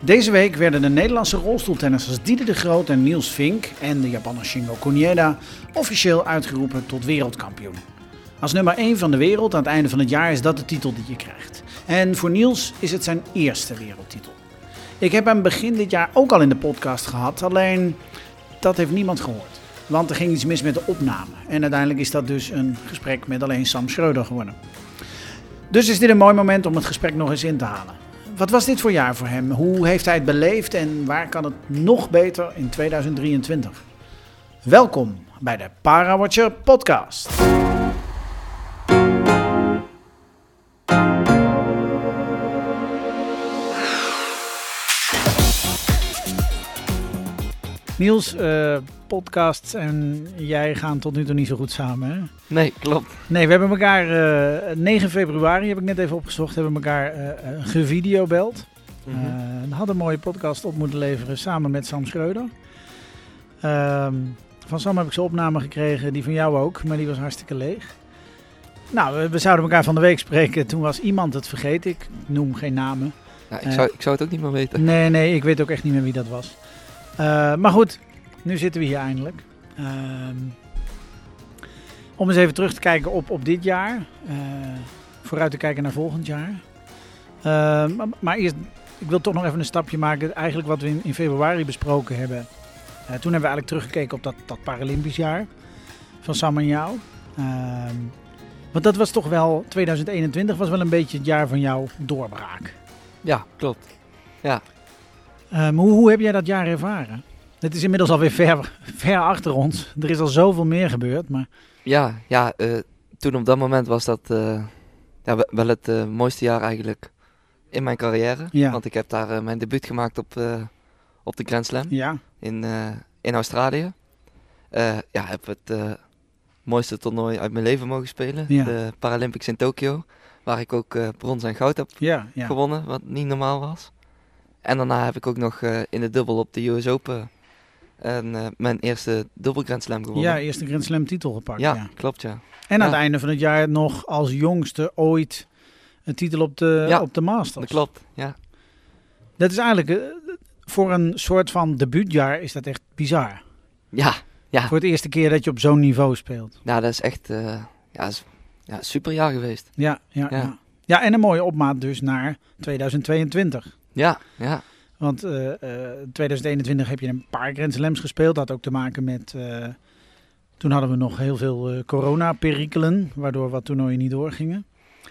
Deze week werden de Nederlandse rolstoeltennissers Diede de Groot en Niels Vink en de Japanner Shingo Kunieda officieel uitgeroepen tot wereldkampioen. Als nummer 1 van de wereld aan het einde van het jaar is dat de titel die je krijgt. En voor Niels is het zijn eerste wereldtitel. Ik heb hem begin dit jaar ook al in de podcast gehad, alleen dat heeft niemand gehoord. Want er ging iets mis met de opname. En uiteindelijk is dat dus een gesprek met alleen Sam Schreuder geworden. Dus is dit een mooi moment om het gesprek nog eens in te halen. Wat was dit voor jaar voor hem? Hoe heeft hij het beleefd en waar kan het nog beter in 2023? Welkom bij de ParaWatcher podcast. Niels, podcasts en jij gaan tot nu toe niet zo goed samen, hè? Nee, klopt. Nee, we hebben elkaar 9 februari, heb ik net even opgezocht, hebben we elkaar gevideobeld. We hadden een mooie podcast op moeten leveren samen met Sam Schreuder. Van Sam heb ik zijn opname gekregen, die van jou ook, maar die was hartstikke leeg. Nou, we zouden elkaar van de week spreken, toen was iemand het vergeten, ik noem geen namen. Ja, ik zou het ook niet meer weten. Nee, ik weet ook echt niet meer wie dat was. Maar goed, nu zitten we hier eindelijk. Om eens even terug te kijken op dit jaar. Vooruit te kijken naar volgend jaar. Maar eerst, ik wil toch nog even een stapje maken. Eigenlijk wat we in februari besproken hebben. Toen hebben we eigenlijk teruggekeken op dat Paralympisch jaar. Van Sam en jou. Want dat was toch wel, 2021 was wel een beetje het jaar van jouw doorbraak. Ja, klopt. Ja. Hoe heb jij dat jaar ervaren? Het is inmiddels alweer ver achter ons. Er is al zoveel meer gebeurd. Maar... Ja, toen op dat moment was dat wel het mooiste jaar eigenlijk in mijn carrière. Ja. Want ik heb daar mijn debuut gemaakt op de Grand Slam in Australië. Heb het mooiste toernooi uit mijn leven mogen spelen. Ja. De Paralympics in Tokio. Waar ik ook brons en goud heb gewonnen, wat niet normaal was. En daarna heb ik ook nog in de dubbel op de US Open mijn eerste dubbel Grand Slam gewonnen. Ja, eerste Grand Slam titel gepakt. Ja, klopt ja. En aan het einde van het jaar nog als jongste ooit een titel op de Masters. Dat klopt, ja. Dat is eigenlijk, voor een soort van debuutjaar is dat echt bizar. Ja. Voor het eerste keer dat je op zo'n niveau speelt. Nou, dat is echt een super jaar geweest. Ja, en een mooie opmaat dus naar 2022. Ja. Want 2021 heb je een paar Grand Slams gespeeld. Dat had ook te maken met... toen hadden we nog heel veel corona-perikelen, waardoor wat toernooien niet doorgingen.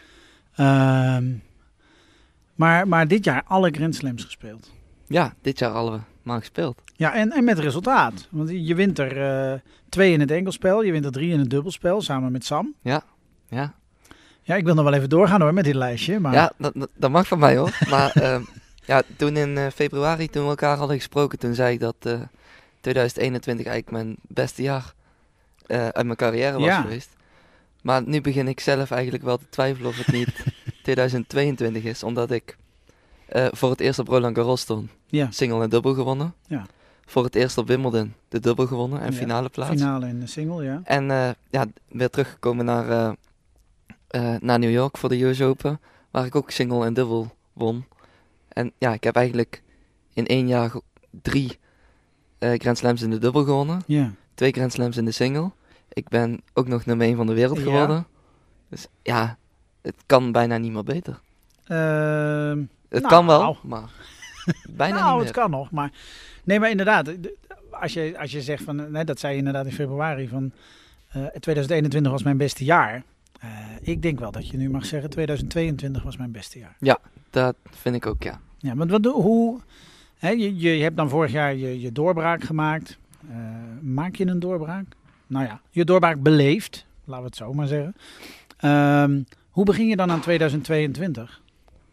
Maar dit jaar alle Grand Slams gespeeld. Ja, dit jaar allemaal gespeeld. Ja, en met resultaat. Want je wint er 2 in het enkelspel, je wint er 3 in het dubbelspel, samen met Sam. Ja. Ja, ik wil nog wel even doorgaan hoor, met dit lijstje. Maar... Ja, dat mag van mij hoor. Maar... toen in februari, toen we elkaar hadden gesproken, toen zei ik dat 2021 eigenlijk mijn beste jaar uit mijn carrière was geweest. Maar nu begin ik zelf eigenlijk wel te twijfelen of het niet 2022 is, omdat ik voor het eerst op Roland Garros stond, single en dubbel gewonnen. Ja. Voor het eerst op Wimbledon de dubbel gewonnen en finale plaats. Finale in de single, ja. En weer teruggekomen naar New York voor de US Open, waar ik ook single en dubbel won. En ja, ik heb eigenlijk in 1 jaar 3 Grand Slams in de dubbel gewonnen. Ja. 2 Grand Slams in de single. Ik ben ook nog nummer 1 van de wereld geworden. Dus ja, het kan bijna niet meer beter. Het kan wel, maar bijna niet meer. Het kan nog, maar... Nee, maar inderdaad, als je zegt van... dat zei je inderdaad in februari van... 2021 was mijn beste jaar. Ik denk wel dat je nu mag zeggen 2022 was mijn beste jaar. Ja, dat vind ik ook, ja. Ja, want hoe... Je hebt dan vorig jaar je doorbraak gemaakt. Maak je een doorbraak? Nou ja, je doorbraak beleefd. Laten we het zo maar zeggen. Hoe begin je dan aan 2022?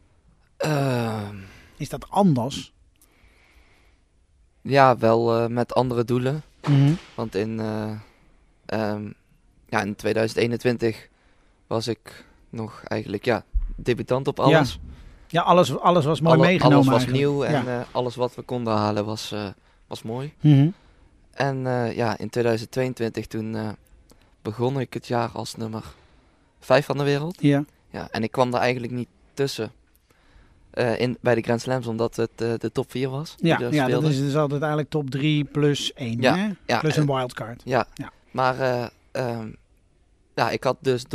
Is dat anders? Ja, wel met andere doelen. Mm-hmm. Want in 2021 was ik nog eigenlijk debutant op alles. Ja, alles was mooi meegenomen. Alles was eigenlijk. nieuw en alles wat we konden halen was mooi. Mm-hmm. En in 2022 toen begon ik het jaar als nummer 5 van de wereld. Ja. Ja, en ik kwam daar eigenlijk niet tussen. bij de Grand Slams, omdat het de top 4 was. Ja, dat is dus altijd eigenlijk top 3 plus 1, hè? Ja, plus een wildcard. Ja, maar ik had dus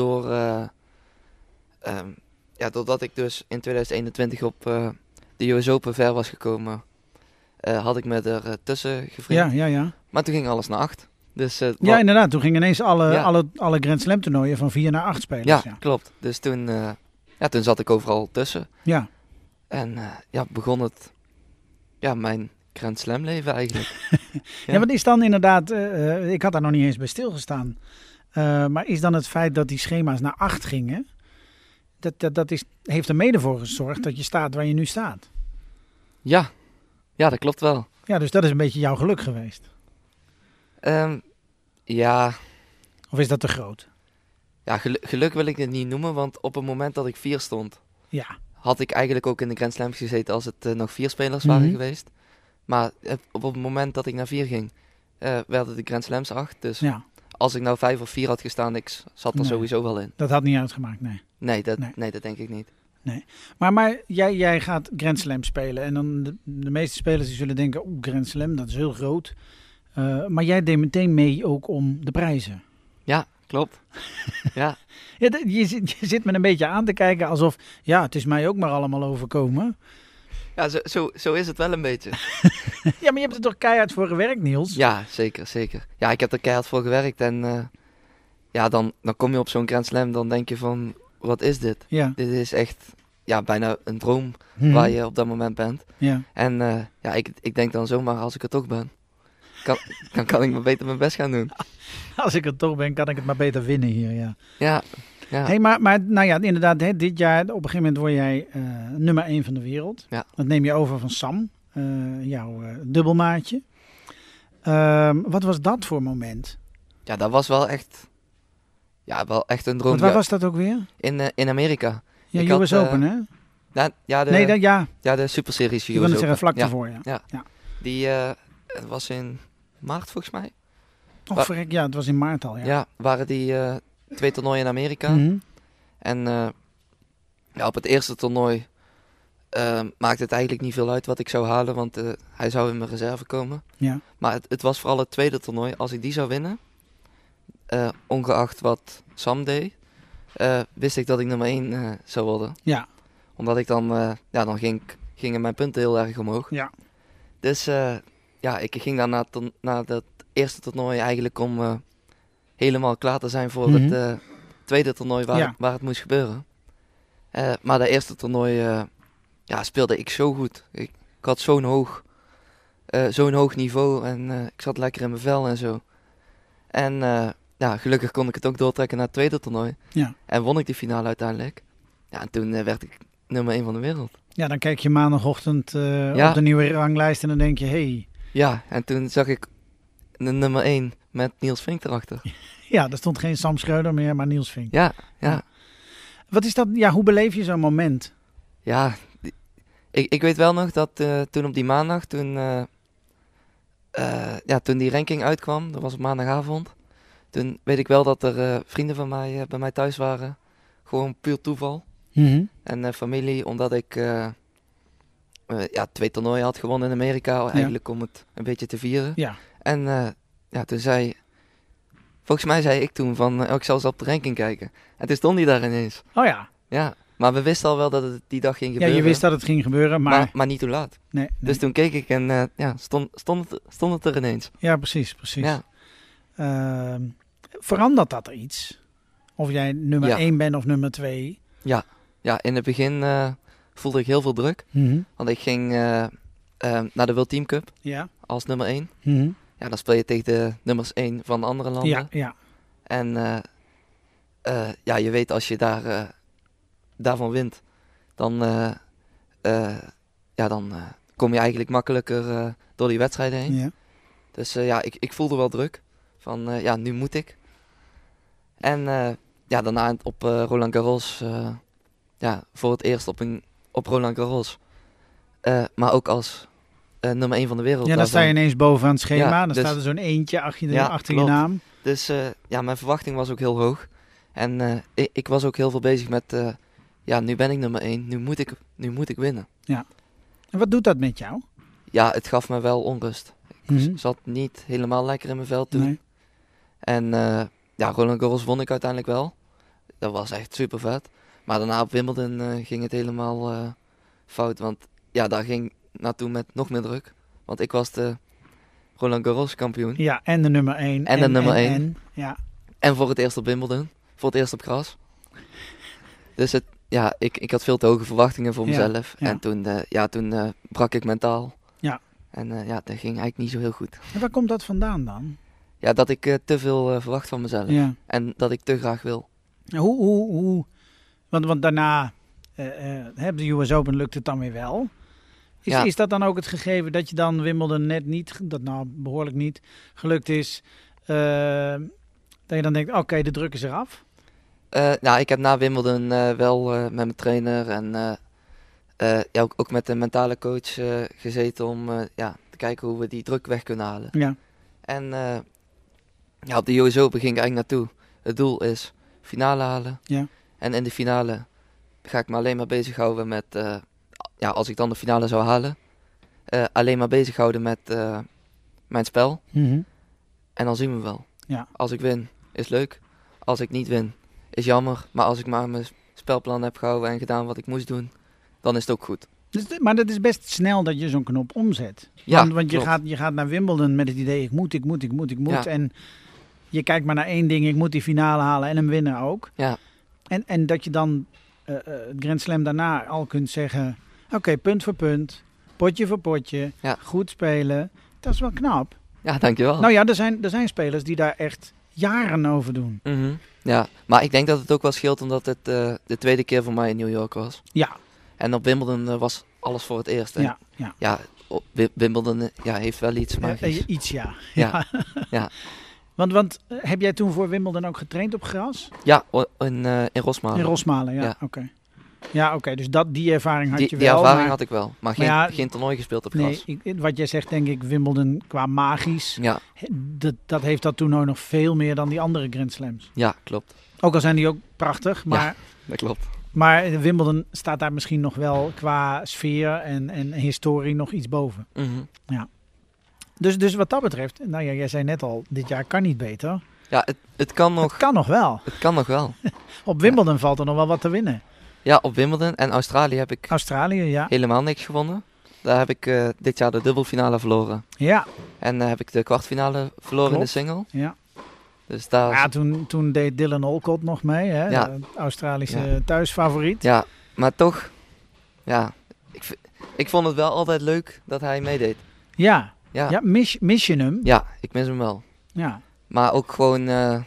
doordat ik dus in 2021 op de US Open ver was gekomen, had ik me er tussen gevreemd. Ja. Maar toen ging alles naar 8. Dus, inderdaad. Toen gingen ineens alle Grand Slam toernooien van 4 naar 8 spelers. Ja, klopt. Dus toen zat ik overal tussen. Ja. En begon het mijn Grand Slam leven eigenlijk. Ja, wat is dan inderdaad, ik had daar nog niet eens bij stilgestaan. Maar is dan het feit dat die schema's naar 8 gingen, heeft er mede voor gezorgd dat je staat waar je nu staat? Ja, dat klopt wel. Ja, dus dat is een beetje jouw geluk geweest. Ja. Of is dat te groot? Ja, geluk wil ik het niet noemen, want op het moment dat ik 4 stond, had ik eigenlijk ook in de Grand Slams gezeten als het nog 4 spelers waren geweest. Maar op het moment dat ik naar 4 ging, werden de Grand Slams 8. Dus als ik nou 5 of 4 had gestaan, ik zat er sowieso wel in. Dat had niet uitgemaakt, nee. Nee, dat denk ik niet. Nee. Maar jij gaat Grand Slam spelen en dan de meeste spelers die zullen denken, Grand Slam, dat is heel groot. Maar jij deed meteen mee ook om de prijzen. Ja, klopt. Ja. Je zit me een beetje aan te kijken alsof, het is mij ook maar allemaal overkomen. Ja, zo is het wel een beetje. Ja, maar je hebt er toch keihard voor gewerkt, Niels? Ja, zeker. Ja, ik heb er keihard voor gewerkt en dan kom je op zo'n Grand Slam, dan denk je van, wat is dit? Ja. Dit is echt bijna een droom waar je op dat moment bent. Ja. En ik denk dan zomaar, als ik er toch ben, kan ik maar beter mijn best gaan doen. Als ik er toch ben, kan ik het maar beter winnen hier, ja. Ja. Hey, maar nou ja, inderdaad, dit jaar, op een gegeven moment word jij nummer 1 van de wereld. Ja. Dat neem je over van Sam, jouw dubbelmaatje. Wat was dat voor moment? Ja, dat was wel echt een droom. Want waar was dat ook weer? In Amerika. Ja, US Open, hè? De Super Series US Open. Je wil het zeggen, vlak daarvoor, ja. Die was in maart volgens mij. Och, verrek, het was in maart al, ja. Ja, waren die 2 toernooien in Amerika. Mm-hmm. En op het eerste toernooi maakte het eigenlijk niet veel uit wat ik zou halen, want hij zou in mijn reserve komen. Ja. Maar het was vooral het tweede toernooi. Als ik die zou winnen, ongeacht wat Sam deed, wist ik dat ik nummer 1 zou worden. Ja. Omdat ik dan gingen mijn punten heel erg omhoog. Ja. Dus ik ging dan naar dat eerste toernooi eigenlijk om helemaal klaar te zijn voor het tweede toernooi waar het moest gebeuren. Maar dat eerste toernooi speelde ik zo goed. Ik had zo'n hoog niveau en ik zat lekker in mijn vel en zo. En gelukkig kon ik het ook doortrekken naar het tweede toernooi. Ja. En won ik die finale uiteindelijk. Ja, en toen werd ik nummer 1 van de wereld. Ja, dan kijk je maandagochtend op de nieuwe ranglijst en dan denk je, hey. Ja, en toen zag ik de nummer 1 met Niels Vink erachter. Ja, er stond geen Sam Schreuder meer, maar Niels Vink. Ja. Wat is dat? Ja, hoe beleef je zo'n moment? Ja, ik weet wel nog dat toen op die maandag, toen die ranking uitkwam, dat was op maandagavond. Toen weet ik wel dat er vrienden van mij bij mij thuis waren. Gewoon puur toeval. Mm-hmm. En familie, omdat ik 2 toernooien had gewonnen in Amerika, eigenlijk om het een beetje te vieren. Ja. En toen volgens mij zei ik toen van, ik zal eens op de ranking kijken. En toen stond hij daar ineens. Oh ja. Ja, maar we wisten al wel dat het die dag ging gebeuren. Ja, je wist dat het ging gebeuren, maar niet hoe laat. Nee. Dus toen keek ik en stond het er ineens. Ja, precies. Ja. Verandert dat er iets? Of jij nummer 1 bent of nummer 2? Ja, in het begin voelde ik heel veel druk. Mm-hmm. Want ik ging naar de World Team Cup als nummer 1. Mm-hmm. Ja, dan speel je tegen de nummers 1 van andere landen. Ja. En je weet als je daarvan wint, dan kom je eigenlijk makkelijker door die wedstrijden heen. Ja. Dus ik voelde wel druk. Van nu moet ik. En daarna op Roland Garros, voor het eerst op Roland Garros. Maar ook als nummer 1 van de wereld. Ja, dan sta je ineens bovenaan het schema. Ja, dan dus, staat er zo'n eentje achter klopt. je naam. Dus mijn verwachting was ook heel hoog. En ik was ook heel veel bezig met ja, nu ben ik nummer 1. Nu moet ik winnen. Ja. En wat doet dat met jou? Ja, het gaf me wel onrust. Ik zat niet helemaal lekker in mijn vel toen. Nee. En ja, Roland Garros won ik uiteindelijk wel. Dat was echt super vet. Maar daarna op Wimbledon ging het helemaal fout. Want ja, daar ging naartoe met nog meer druk. Want ik was de Roland Garros kampioen. Ja, en de nummer 1. En de nummer 1. Ja. En voor het eerst op Wimbledon. Voor het eerst op gras. Dus ik had veel te hoge verwachtingen voor mezelf. Ja. En toen brak ik mentaal. Ja. En dat ging eigenlijk niet zo heel goed. En waar komt dat vandaan dan? Ja, dat ik te veel verwacht van mezelf. Ja. En dat ik te graag wil. Hoe? Want daarna, de US Open lukt het dan weer wel. Is dat dan ook het gegeven dat je dan Wimbledon net niet, dat nou behoorlijk niet, gelukt is, dat je dan denkt, oké, de druk is eraf? Nou, ik heb na Wimbledon wel met mijn trainer en ook met de mentale coach gezeten om te kijken hoe we die druk weg kunnen halen. Ja. En op de US Open ging ik eigenlijk naartoe. Het doel is finale halen. Ja. En in de finale ga ik me alleen maar bezighouden met, als ik dan de finale zou halen, alleen maar bezighouden met mijn spel. Mm-hmm. En dan zien we wel. Ja. Als ik win, is leuk. Als ik niet win, is jammer. Maar als ik maar mijn spelplan heb gehouden en gedaan wat ik moest doen, dan is het ook goed. Maar dat is best snel dat je zo'n knop omzet. Ja, want je gaat naar Wimbledon met het idee, ik moet. Ja. En je kijkt maar naar één ding, ik moet die finale halen en hem winnen ook. Ja. En dat je dan het Grand Slam daarna al kunt zeggen, oké, punt voor punt, potje voor potje, goed spelen. Dat is wel knap. Ja, dankjewel. Nou ja, er zijn spelers die daar echt jaren over doen. Mm-hmm. Ja, maar ik denk dat het ook wel scheelt omdat het de tweede keer voor mij in New York was. Ja. En op Wimbledon was alles voor het eerst. En ja, op Wimbledon heeft wel iets magisch. Iets, ja. Ja. Ja. Want heb jij toen voor Wimbledon ook getraind op gras? Ja, in Rosmalen. In Rosmalen, ja. Oké. Ja, oké. Dus die ervaring had je wel. Die ervaring had ik wel, maar geen toernooi gespeeld op gras. Nee, wat jij zegt, denk ik, Wimbledon qua magisch, ja. dat heeft dat toernooi nog veel meer dan die andere Grand Slams. Ja, klopt. Ook al zijn die ook prachtig, maar... Ja, dat klopt. Maar Wimbledon staat daar misschien nog wel qua sfeer en historie nog iets boven. Mm-hmm. Ja. Dus wat dat betreft, nou ja, jij zei net al, dit jaar kan niet beter. Ja, het kan nog. Het kan nog wel. Het kan nog wel. Op Wimbledon valt er nog wel wat te winnen. Ja, op Wimbledon en Australië heb ik ja. helemaal niks gewonnen. Daar heb ik dit jaar de dubbelfinale verloren. Ja. En heb ik de kwartfinale verloren in de single. Ja. Dus daar... toen deed Dylan Alcott nog mee, hè? Ja. De Australische thuisfavoriet. Ja, maar toch, ik vond het wel altijd leuk dat hij meedeed. Ja, mis je hem? Ja, ik mis hem wel. Ja. Maar ook gewoon,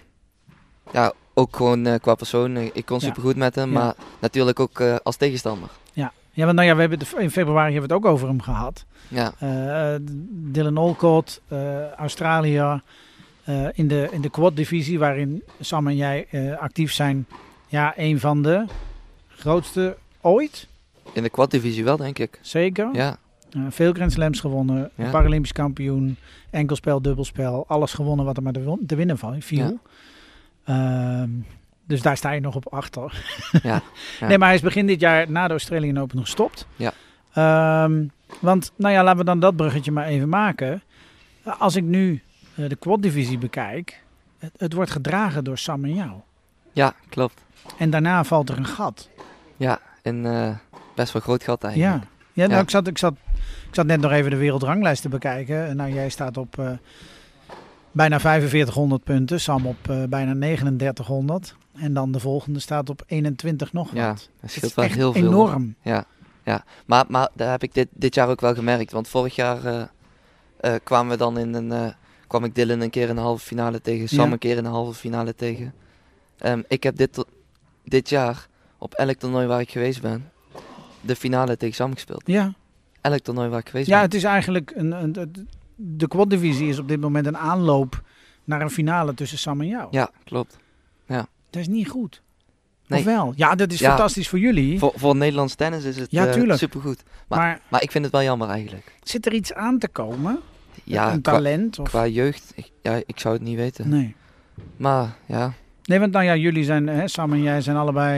qua persoon. Ik kon supergoed met hem, maar natuurlijk ook als tegenstander. Ja, want we hebben in februari hebben we het ook over hem gehad. Ja. Dylan Alcott, Australiër, in de quad-divisie waarin Sam en jij actief zijn. Ja, een van de grootste ooit. In de quad-divisie wel, denk ik. Zeker. Ja. Veel Grand Slams gewonnen, Paralympisch kampioen, enkelspel, dubbelspel, alles gewonnen wat er maar te winnen viel. Ja. Dus daar sta je nog op achter. Ja. Nee, maar hij is begin dit jaar na de Australian Open gestopt. Ja. Want, laten we dan dat bruggetje maar even maken. Als ik nu de quad-divisie bekijk, het wordt gedragen door Sam en jou. Ja, klopt. En daarna valt er een gat. Ja, een best wel groot gat eigenlijk. Ja, ik zat net nog even de wereldranglijst te bekijken. Nou, jij staat op bijna 4500 punten. Sam op bijna 3900. En dan de volgende staat op 21 nog wat. Ja, dat scheelt wel heel veel. Enorm. Ja. Maar daar heb ik dit jaar ook wel gemerkt. Want vorig jaar kwam ik Dylan een keer in de halve finale tegen. Sam een keer in de halve finale tegen. Ik heb dit jaar op elk toernooi waar ik geweest ben, de finale tegen Sam gespeeld. Ja. Elk toernooi waar ik geweest ben. Ja, het is eigenlijk de quad-divisie is op dit moment een aanloop naar een finale tussen Sam en jou. Ja, klopt. Ja. Dat is niet goed. Nee. Of wel? Ja, dat is fantastisch voor jullie. Voor Nederlands tennis is het supergoed. Maar ik vind het wel jammer eigenlijk. Zit er iets aan te komen? Ja, een talent? Qua jeugd? Ik zou het niet weten. Nee. Maar ja. Nee, want jullie zijn, Sam en jij zijn allebei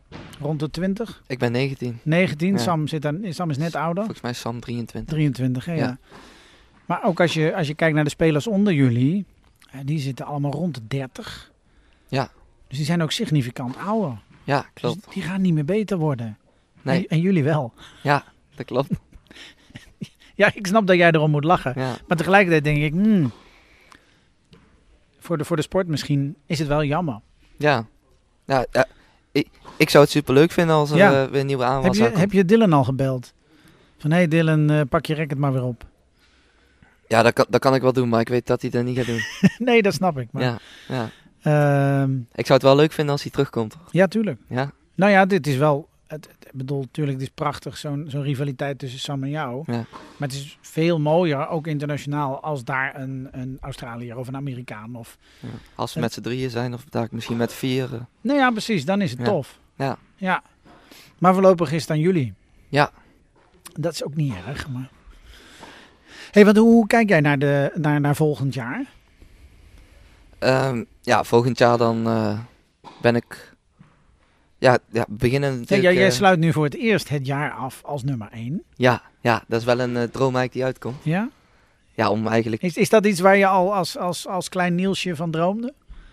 Rond de 20? Ik ben 19. 19? Ja. Sam is net ouder? Volgens mij is Sam 23. 23, hè, ja. Ja. Maar ook als je kijkt naar de spelers onder jullie, die zitten allemaal rond de 30. Ja. Dus die zijn ook significant ouder. Ja, klopt. Dus die gaan niet meer beter worden. Nee. En jullie wel. Ja, dat klopt. Ja, ik snap dat jij erom moet lachen. Ja. Maar tegelijkertijd denk ik, voor de sport misschien is het wel jammer. Ja. Ja, ik zou het super leuk vinden als er weer een nieuwe aanwas aankomt. Heb je Dylan al gebeld? Van, hey Dylan, pak je racket maar weer op. Ja, dat kan ik wel doen, maar ik weet dat hij dat niet gaat doen. Nee, dat snap ik. Maar, Ja. Ik zou het wel leuk vinden als hij terugkomt. Ja, tuurlijk. Ja. Nou ja, dit is wel... Ik bedoel, natuurlijk, het is prachtig, zo'n rivaliteit tussen Sam en jou. Ja. Maar het is veel mooier, ook internationaal, als daar een Australiër of een Amerikaan of... Ja. Als we met z'n drieën zijn, of daar misschien met 4. Nou ja, precies, dan is het tof. Ja. Maar voorlopig is het aan jullie. Ja. Dat is ook niet erg, maar... Hey, want hoe kijk jij naar volgend jaar? Volgend jaar dan ben ik... beginnen natuurlijk... Jij sluit nu voor het eerst het jaar af als nummer 1. Ja, dat is wel een droom eigenlijk die uitkomt. Ja? Ja, om eigenlijk... Is dat iets waar je al als klein Nielsje van droomde?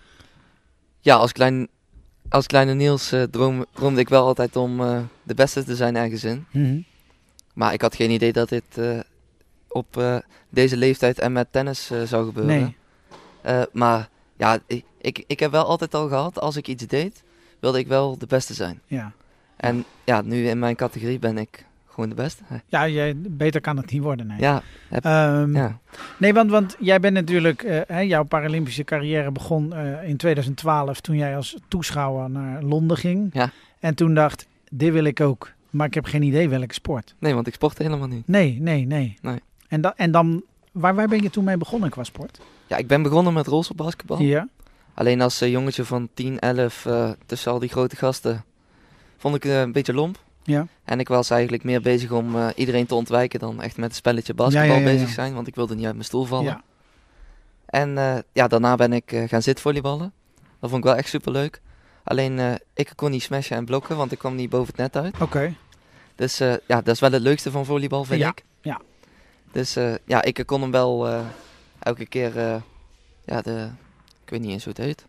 Ja, als kleine Niels droomde ik wel altijd om de beste te zijn ergens in. Mm-hmm. Maar ik had geen idee dat dit op deze leeftijd en met tennis zou gebeuren. Nee. Maar ja, ik heb wel altijd al gehad, als ik iets deed, wilde ik wel de beste zijn. Ja. En ja, nu in mijn categorie ben ik gewoon de beste. Ja, beter kan het niet worden. Nee. Ja. Ja. Nee, want jij bent natuurlijk, jouw Paralympische carrière begon in 2012 toen jij als toeschouwer naar Londen ging. Ja. En toen dacht, dit wil ik ook. Maar ik heb geen idee welke sport. Nee, want ik sportte helemaal niet. Nee. En dan, waar ben je toen mee begonnen qua sport? Ja, ik ben begonnen met rolstoelbasketbal. Ja. Alleen als jongetje van 10, 11, tussen al die grote gasten, vond ik een beetje lomp. Ja. En ik was eigenlijk meer bezig om iedereen te ontwijken dan echt met het spelletje basketbal bezig zijn. Want ik wilde niet uit mijn stoel vallen. Ja. En daarna ben ik gaan zitvolleyballen. Dat vond ik wel echt superleuk. Alleen ik kon niet smashen en blokken, want ik kwam niet boven het net uit. Oké. Dus dat is wel het leukste van volleybal, vind ik. Ja. Dus ik kon hem wel elke keer, ik weet niet eens hoe het heet.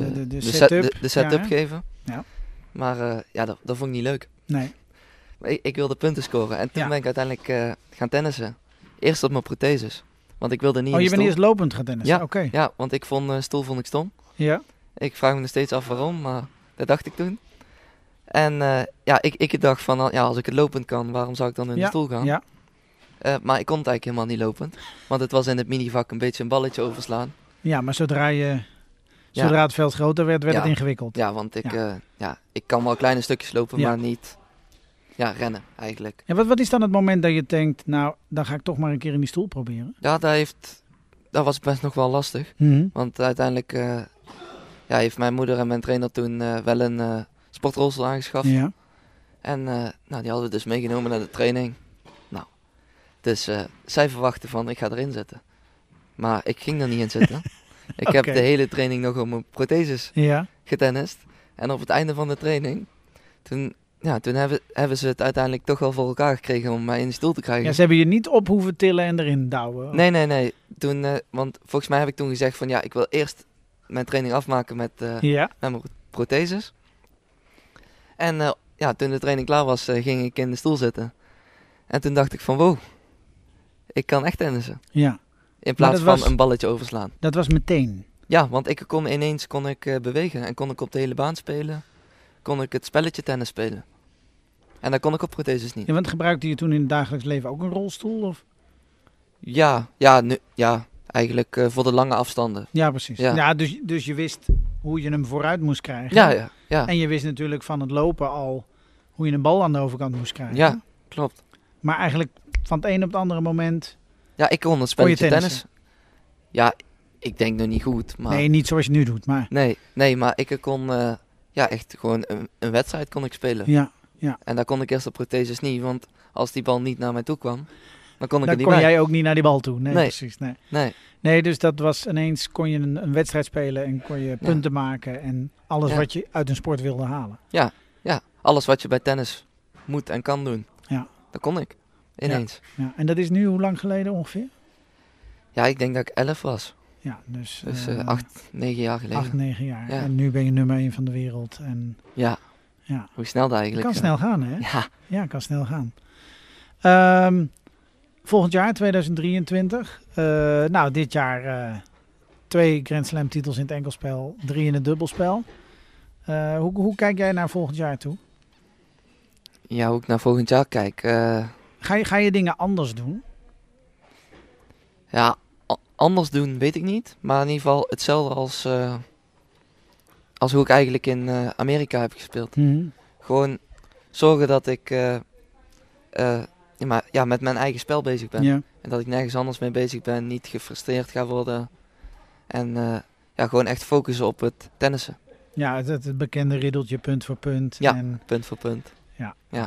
De setup geven. Ja. Maar dat vond ik niet leuk. Nee. Maar ik wilde punten scoren. En toen ben ik uiteindelijk gaan tennissen. Eerst op mijn protheses. Want ik wilde niet in de je stoel. bent eerst lopend gaan tennissen? Ja, Oké. ja, want ik vond stoel vond ik stom. Ja. Ik vraag me nog steeds af waarom, maar dat dacht ik toen. En ik dacht van, als ik het lopend kan, waarom zou ik dan in de stoel gaan? Ja. Maar ik kon het eigenlijk helemaal niet lopend. Want het was in het minivak een beetje een balletje overslaan. Ja, maar zodra het veld groter werd, werd het ingewikkeld. Ja, want ik kan wel kleine stukjes lopen, Ja. maar niet rennen eigenlijk. En wat is dan het moment dat je denkt, nou, dan ga ik toch maar een keer in die stoel proberen? Ja, dat was best nog wel lastig. Mm-hmm. Want uiteindelijk heeft mijn moeder en mijn trainer toen wel een sportrolstoel aangeschaft. Ja. En die hadden we dus meegenomen naar de training. Nou, dus zij verwachten van, ik ga erin zitten. Maar ik ging er niet in zitten. Ik heb de hele training nog op mijn protheses getennist. En op het einde van de training, toen hebben ze het uiteindelijk toch wel voor elkaar gekregen om mij in de stoel te krijgen. Ja, ze hebben je niet op hoeven tillen en erin douwen. Nee. Toen, want volgens mij heb ik toen gezegd van, ik wil eerst mijn training afmaken met mijn protheses. En toen de training klaar was, ging ik in de stoel zitten. En toen dacht ik van, wow, ik kan echt tennissen. Ja. In plaats van een balletje overslaan. Dat was meteen? Ja, want ik kon ineens bewegen en kon ik op de hele baan spelen. Kon ik het spelletje tennis spelen. En dat kon ik op protheses niet. Ja, want gebruikte je toen in het dagelijks leven ook een rolstoel? Of? Ja, eigenlijk voor de lange afstanden. Ja, precies. Ja, dus je wist hoe je hem vooruit moest krijgen. Ja. En je wist natuurlijk van het lopen al hoe je een bal aan de overkant moest krijgen. Ja, klopt. Maar eigenlijk van het een op het andere moment... Ja, ik kon het spelletje tennis. Ja, ik denk nog niet goed. Maar... Nee, niet zoals je nu doet, maar... Nee, maar ik kon echt gewoon een wedstrijd kon ik spelen. Ja. En daar kon ik eerst op protheses niet, want als die bal niet naar mij toe kwam, dan kon ik er niet bij. Dan kon jij ook niet naar die bal toe. Nee. Precies. Nee. Nee, dus dat was ineens, kon je een wedstrijd spelen en kon je punten maken en alles wat je uit een sport wilde halen. Ja. alles wat je bij tennis moet en kan doen, dat kon ik ineens. Ja. En dat is nu hoe lang geleden ongeveer? Ja, ik denk dat ik 11 was. Ja, dus 8, 9 jaar geleden. 8, 9 jaar. Ja. En nu ben je nummer 1 van de wereld. En, ja. Hoe snel dat eigenlijk. Het kan snel gaan, hè? Ja, het kan snel gaan. Volgend jaar, 2023. Dit jaar 2 Grand Slam titels in het enkelspel, 3 in het dubbelspel. Hoe kijk jij naar volgend jaar toe? Ja, hoe ik naar volgend jaar kijk. Ga je dingen anders doen? Ja, anders doen weet ik niet. Maar in ieder geval hetzelfde als hoe ik eigenlijk in Amerika heb gespeeld. Mm-hmm. Gewoon zorgen dat ik met mijn eigen spel bezig ben. Ja. En dat ik nergens anders mee bezig ben. Niet gefrustreerd ga worden. En gewoon echt focussen op het tennissen. Ja, het bekende riddeltje punt voor punt. Ja, punt voor punt. Ja.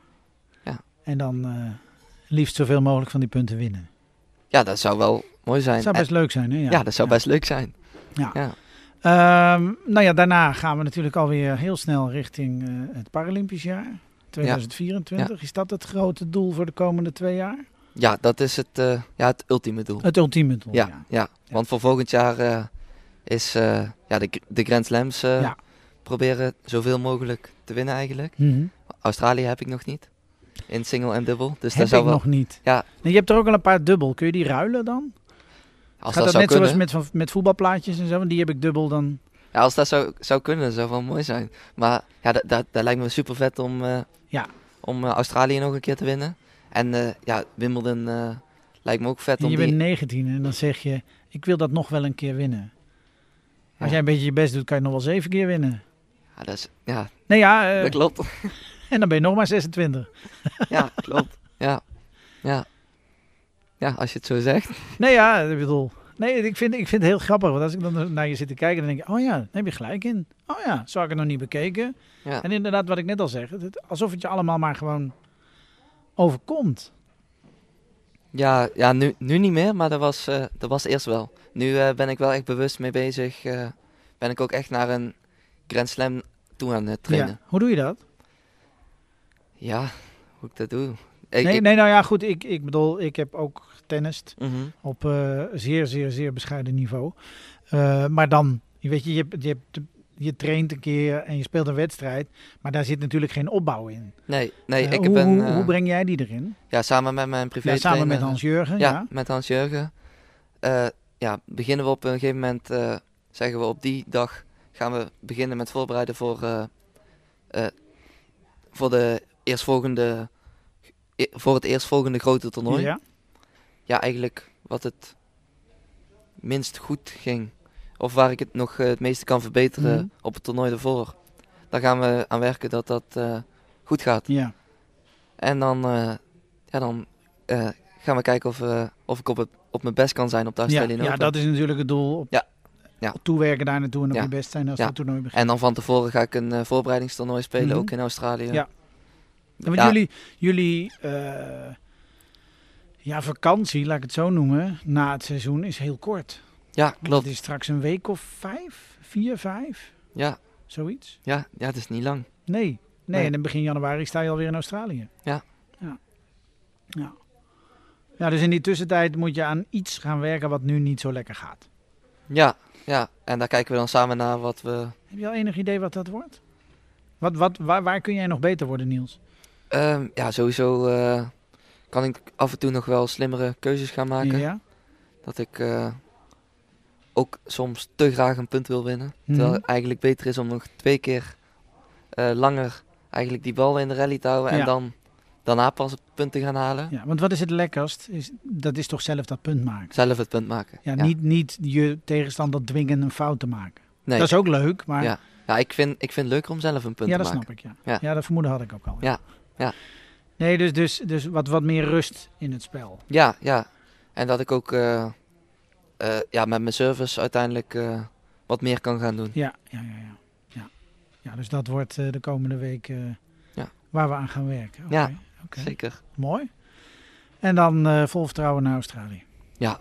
En dan liefst zoveel mogelijk van die punten winnen. Ja, dat zou wel mooi zijn. Dat zou best leuk zijn, hè? Ja, dat zou best leuk zijn. Ja. Daarna gaan we natuurlijk alweer heel snel richting het Paralympisch jaar. 2024. Ja. Is dat het grote doel voor de komende 2 jaar? Ja, dat is het ultieme doel. Het ultieme doel, ja. Want voor volgend jaar is de Grand Slams proberen zoveel mogelijk te winnen eigenlijk. Mm-hmm. Australië heb ik nog niet. In single en dubbel. Dus heb ik nog niet. Ja. Nee, je hebt er ook al een paar dubbel. Kun je die ruilen dan? Gaat dat net kunnen. Zoals met voetbalplaatjes en zo? Want die heb ik dubbel dan. Ja, als dat zou kunnen, zou wel mooi zijn. Maar ja, dat lijkt me super vet om Australië nog een keer te winnen. En Wimbledon lijkt me ook vet. Je bent 19 en dan zeg je, ik wil dat nog wel een keer winnen. Als jij een beetje je best doet, kan je nog wel 7 keer winnen. Ja, dat dat klopt. En dan ben je nog maar 26. Ja, klopt. Ja, als je het zo zegt. Nee, ja, ik bedoel... Nee, ik vind het heel grappig. Want als ik dan naar je zit te kijken, dan denk ik... Oh ja, daar heb je gelijk in. Oh ja, zo had ik het nog niet bekeken. Ja. En inderdaad, wat ik net al zeg. Alsof het je allemaal maar gewoon overkomt. Ja, nu niet meer, maar dat was eerst wel. Nu ben ik wel echt bewust mee bezig. Ben ik ook echt naar een Grand Slam toe aan het trainen. Ja. Hoe doe je dat? Ja, hoe ik dat doe... Goed. Ik bedoel, ik heb ook getennist op zeer, zeer, zeer bescheiden niveau. Maar dan, je traint een keer en je speelt een wedstrijd, maar daar zit natuurlijk geen opbouw in. Nee. Hoe breng jij die erin? Ja, samen met mijn privé trainer. Samen met Hans-Jurgen, ja. Met Hans-Jurgen. Beginnen we op een gegeven moment, zeggen we op die dag, gaan we beginnen met voorbereiden voor het eerstvolgende grote toernooi. Ja. Ja, eigenlijk wat het minst goed ging. Of waar ik het nog het meeste kan verbeteren op het toernooi ervoor. Daar gaan we aan werken dat goed gaat. Ja. En dan gaan we kijken of ik op mijn best kan zijn op de Australian Open. Ja, dat is natuurlijk het doel. Toewerken daar naartoe en op je best zijn als het toernooi begint. En dan van tevoren ga ik een voorbereidingstoernooi spelen, ook in Australië. Ja. Want jullie vakantie, laat ik het zo noemen, na het seizoen is heel kort. Ja, klopt. Het is straks een week of 4, 5? Ja. Zoiets? Ja, het is niet lang. Nee. En in begin januari sta je alweer in Australië. Ja. Ja, dus in die tussentijd moet je aan iets gaan werken wat nu niet zo lekker gaat. Ja. En daar kijken we dan samen naar wat we... Heb je al enig idee wat dat wordt? Waar kun jij nog beter worden, Niels? Sowieso kan ik af en toe nog wel slimmere keuzes gaan maken. Ja. Dat ik ook soms te graag een punt wil winnen. Terwijl het eigenlijk beter is om nog 2 keer langer eigenlijk die bal in de rally te houden. En daarna pas het punt te gaan halen. Ja, want wat is het lekkerst? Dat is toch zelf dat punt maken? Zelf het punt maken. Ja. Niet je tegenstander dwingen een fout te maken. Nee. Dat is ook leuk, maar... Ja, ik vind het leuker om zelf een punt te maken. Ja, dat snap ik, ja. Dat vermoeden had ik ook al. Ja. Nee, dus wat meer rust in het spel. Ja. En dat ik ook met mijn service uiteindelijk wat meer kan gaan doen. Ja, dus dat wordt de komende week waar we aan gaan werken. Okay. Zeker. Mooi. En dan vol vertrouwen naar Australië. Ja.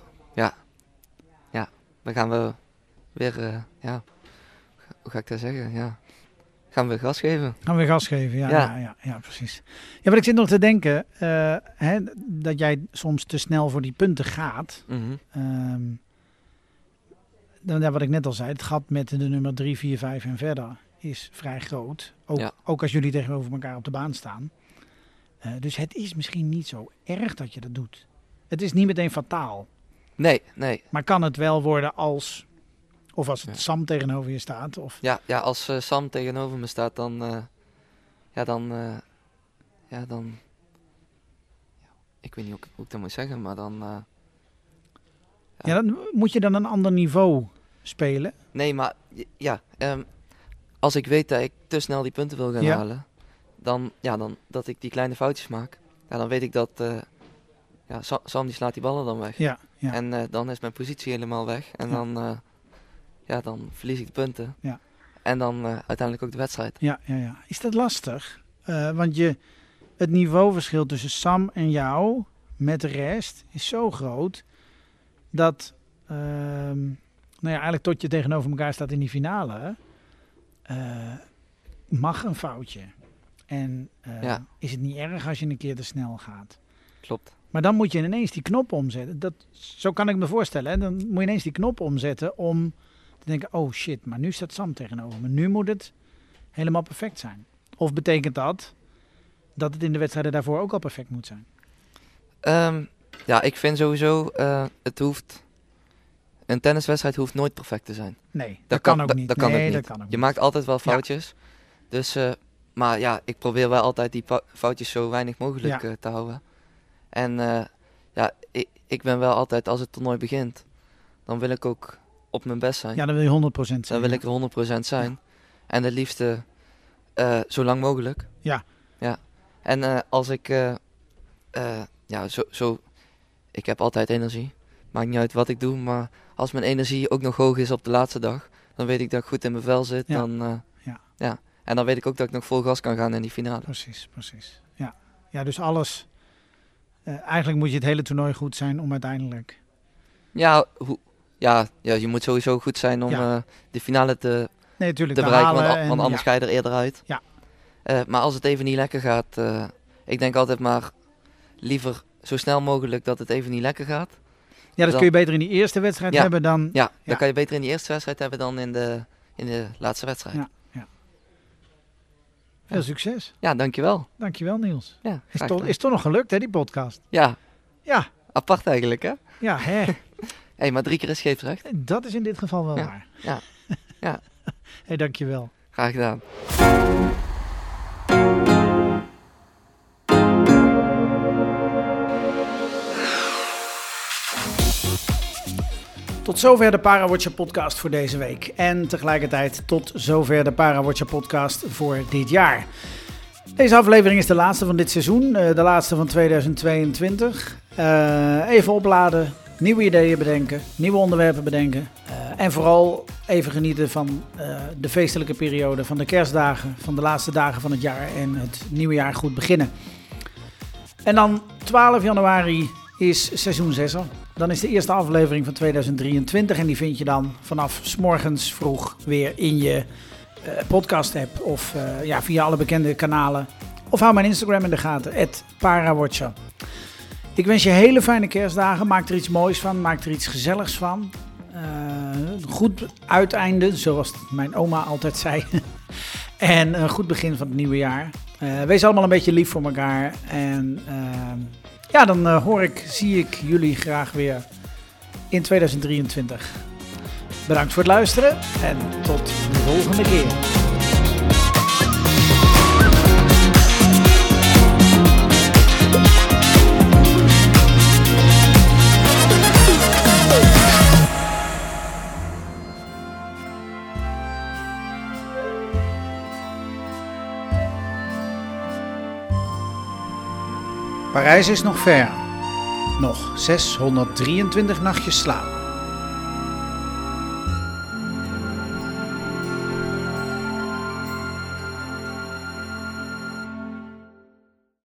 Dan gaan we weer, hoe ga ik dat zeggen? Ja. gaan we gas geven. Gaan we gas geven, ja, precies. Ja, maar ik zit nog te denken dat jij soms te snel voor die punten gaat. Mm-hmm. Wat ik net al zei, het gat met de nummer 3, 4, 5 en verder is vrij groot. Ook als jullie tegenover elkaar op de baan staan. Dus het is misschien niet zo erg dat je dat doet. Het is niet meteen fataal. Nee. Maar kan het wel worden als het Sam tegenover je staat? Of... Ja, als Sam tegenover me staat, dan... ik weet niet hoe ik dat moet zeggen, maar dan... dan moet je dan een ander niveau spelen? Nee, maar als ik weet dat ik te snel die punten wil gaan halen, dan dat ik die kleine foutjes maak, dan weet ik dat Sam die slaat die ballen dan weg. Ja. En dan is mijn positie helemaal weg. En dan verlies ik de punten. Ja. En dan uiteindelijk ook de wedstrijd. Ja. Is dat lastig? Want het niveauverschil tussen Sam en jou met de rest is zo groot dat eigenlijk tot je tegenover elkaar staat in die finale, mag een foutje. En is het niet erg als je een keer te snel gaat. Klopt. Maar dan moet je ineens die knop omzetten. Zo kan ik me voorstellen. Hè? Dan moet je ineens die knop omzetten om te denken, oh shit, maar nu staat Sam tegenover me. Nu moet het helemaal perfect zijn. Of betekent dat het in de wedstrijden daarvoor ook al perfect moet zijn? Ik vind sowieso, een tenniswedstrijd hoeft nooit perfect te zijn. Nee, dat kan ook niet. Dat kan ook niet. Je maakt altijd wel foutjes. Ja. Dus, maar ik probeer wel altijd die foutjes zo weinig mogelijk te houden. En ik ben wel altijd, als het toernooi begint, dan wil ik ook op mijn best zijn. Ja, dan wil je 100% zijn. Dan wil ik er 100% zijn. Ja. En het liefste zo lang mogelijk. Ja. En als ik, ik heb altijd energie. Maakt niet uit wat ik doe, maar als mijn energie ook nog hoog is op de laatste dag, dan weet ik dat ik goed in mijn vel zit. Ja. En dan weet ik ook dat ik nog vol gas kan gaan in die finale. Precies. Ja, dus alles. Eigenlijk moet je het hele toernooi goed zijn om uiteindelijk... je moet sowieso goed zijn om de finale te bereiken, halen, want anders ga je er eerder uit. Ja. Maar als het even niet lekker gaat, ik denk altijd maar liever zo snel mogelijk dat het even niet lekker gaat. Ja, dat kun je beter in die eerste wedstrijd hebben dan... Ja, dan kan je beter in die eerste wedstrijd hebben dan in de laatste wedstrijd. Ja. Veel succes. Ja, dankjewel. Dankjewel, Niels. Ja, is toch nog gelukt, hè, die podcast? Ja. Ja. Apart eigenlijk, hè? Ja, hè. Hey, maar 3 keer is scheepsrecht. Dat is in dit geval wel waar. Ja. Hey, dankjewel. Graag gedaan. Tot zover de ParaWatcher podcast voor deze week. En tegelijkertijd tot zover de ParaWatcher podcast voor dit jaar. Deze aflevering is de laatste van dit seizoen. De laatste van 2022. Even opladen. Nieuwe ideeën bedenken. Nieuwe onderwerpen bedenken. En vooral even genieten van de feestelijke periode. Van de kerstdagen. Van de laatste dagen van het jaar. En het nieuwe jaar goed beginnen. En dan 12 januari is seizoen 6. Dan is de eerste aflevering van 2023 en die vind je dan vanaf 's morgens vroeg weer in je podcast-app of via alle bekende kanalen. Of hou mijn Instagram in de gaten, @ParaWatcher. Ik wens je hele fijne kerstdagen. Maak er iets moois van, maak er iets gezelligs van. Goed uiteinde, zoals mijn oma altijd zei. En een goed begin van het nieuwe jaar. Wees allemaal een beetje lief voor elkaar en... dan zie ik jullie graag weer in 2023. Bedankt voor het luisteren en tot de volgende keer. Parijs is nog ver. Nog 623 nachtjes slaap.